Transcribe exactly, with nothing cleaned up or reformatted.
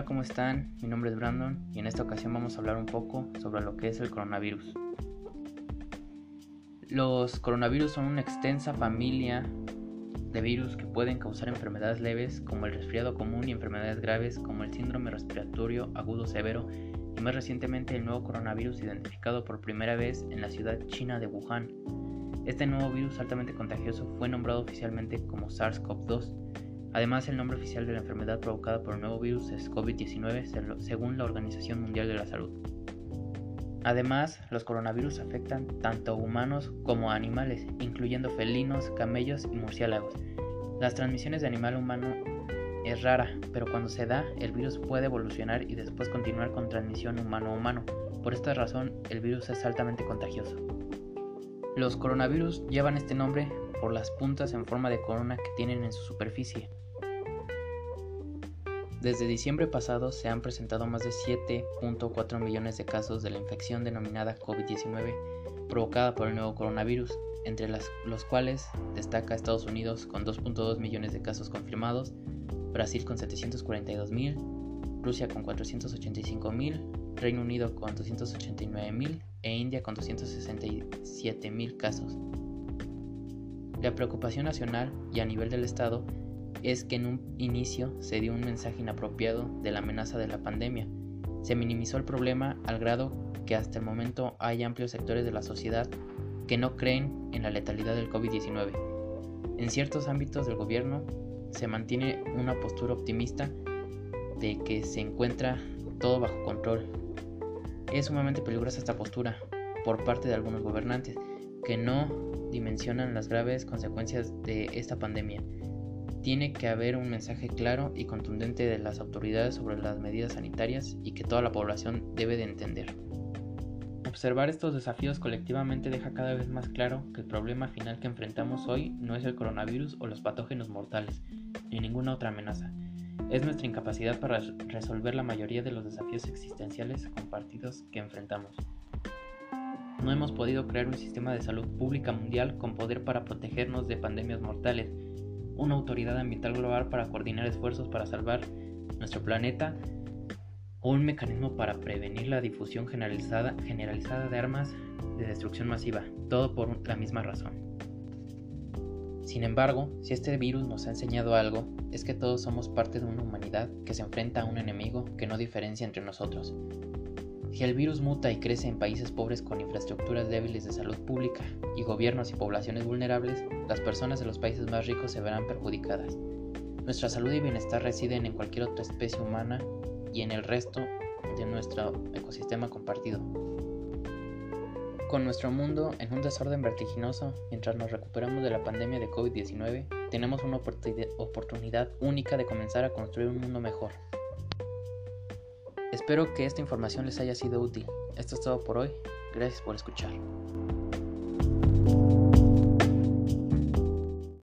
Hola, ¿cómo están? Mi nombre es Brandon y en esta ocasión vamos a hablar un poco sobre lo que es el coronavirus. Los coronavirus son una extensa familia de virus que pueden causar enfermedades leves como el resfriado común y enfermedades graves como el síndrome respiratorio agudo severo y más recientemente el nuevo coronavirus identificado por primera vez en la ciudad china de Wuhan. Este nuevo virus altamente contagioso fue nombrado oficialmente como SARS-CoV dos. Además, el nombre oficial de la enfermedad provocada por el nuevo virus es COVID diecinueve, según la Organización Mundial de la Salud. Además, los coronavirus afectan tanto a humanos como a animales, incluyendo felinos, camellos y murciélagos. Las transmisiones de animal a humano es rara, pero cuando se da, el virus puede evolucionar y después continuar con transmisión humano a humano. Por esta razón, el virus es altamente contagioso. Los coronavirus llevan este nombre por las puntas en forma de corona que tienen en su superficie. Desde diciembre pasado se han presentado más de siete punto cuatro millones de casos de la infección denominada COVID diecinueve provocada por el nuevo coronavirus, entre las, los cuales destaca Estados Unidos con dos punto dos millones de casos confirmados, Brasil con setecientos cuarenta y dos mil, Rusia con cuatrocientos ochenta y cinco mil, Reino Unido con doscientos ochenta y nueve mil e India con doscientos sesenta y siete mil casos. La preocupación nacional y a nivel del Estado es que en un inicio se dio un mensaje inapropiado de la amenaza de la pandemia. Se minimizó el problema al grado que hasta el momento hay amplios sectores de la sociedad que no creen en la letalidad del COVID diecinueve. En ciertos ámbitos del gobierno se mantiene una postura optimista de que se encuentra todo bajo control. Es sumamente peligrosa esta postura por parte de algunos gobernantes que no dimensionan las graves consecuencias de esta pandemia. Tiene que haber un mensaje claro y contundente de las autoridades sobre las medidas sanitarias y que toda la población debe de entender. Observar estos desafíos colectivamente deja cada vez más claro que el problema final que enfrentamos hoy no es el coronavirus o los patógenos mortales, ni ninguna otra amenaza. Es nuestra incapacidad para resolver la mayoría de los desafíos existenciales compartidos que enfrentamos. No hemos podido crear un sistema de salud pública mundial con poder para protegernos de pandemias mortales, una autoridad ambiental global para coordinar esfuerzos para salvar nuestro planeta o un mecanismo para prevenir la difusión generalizada, generalizada de armas de destrucción masiva, todo por la misma razón. Sin embargo, si este virus nos ha enseñado algo, es que todos somos parte de una humanidad que se enfrenta a un enemigo que no diferencia entre nosotros. Si el virus muta y crece en países pobres con infraestructuras débiles de salud pública y gobiernos y poblaciones vulnerables, las personas de los países más ricos se verán perjudicadas. Nuestra salud y bienestar residen en cualquier otra especie humana y en el resto de nuestro ecosistema compartido. Con nuestro mundo en un desorden vertiginoso, mientras nos recuperamos de la pandemia de COVID diecinueve, tenemos una oportunidad única de comenzar a construir un mundo mejor. Espero que esta información les haya sido útil. Esto es todo por hoy. Gracias por escuchar.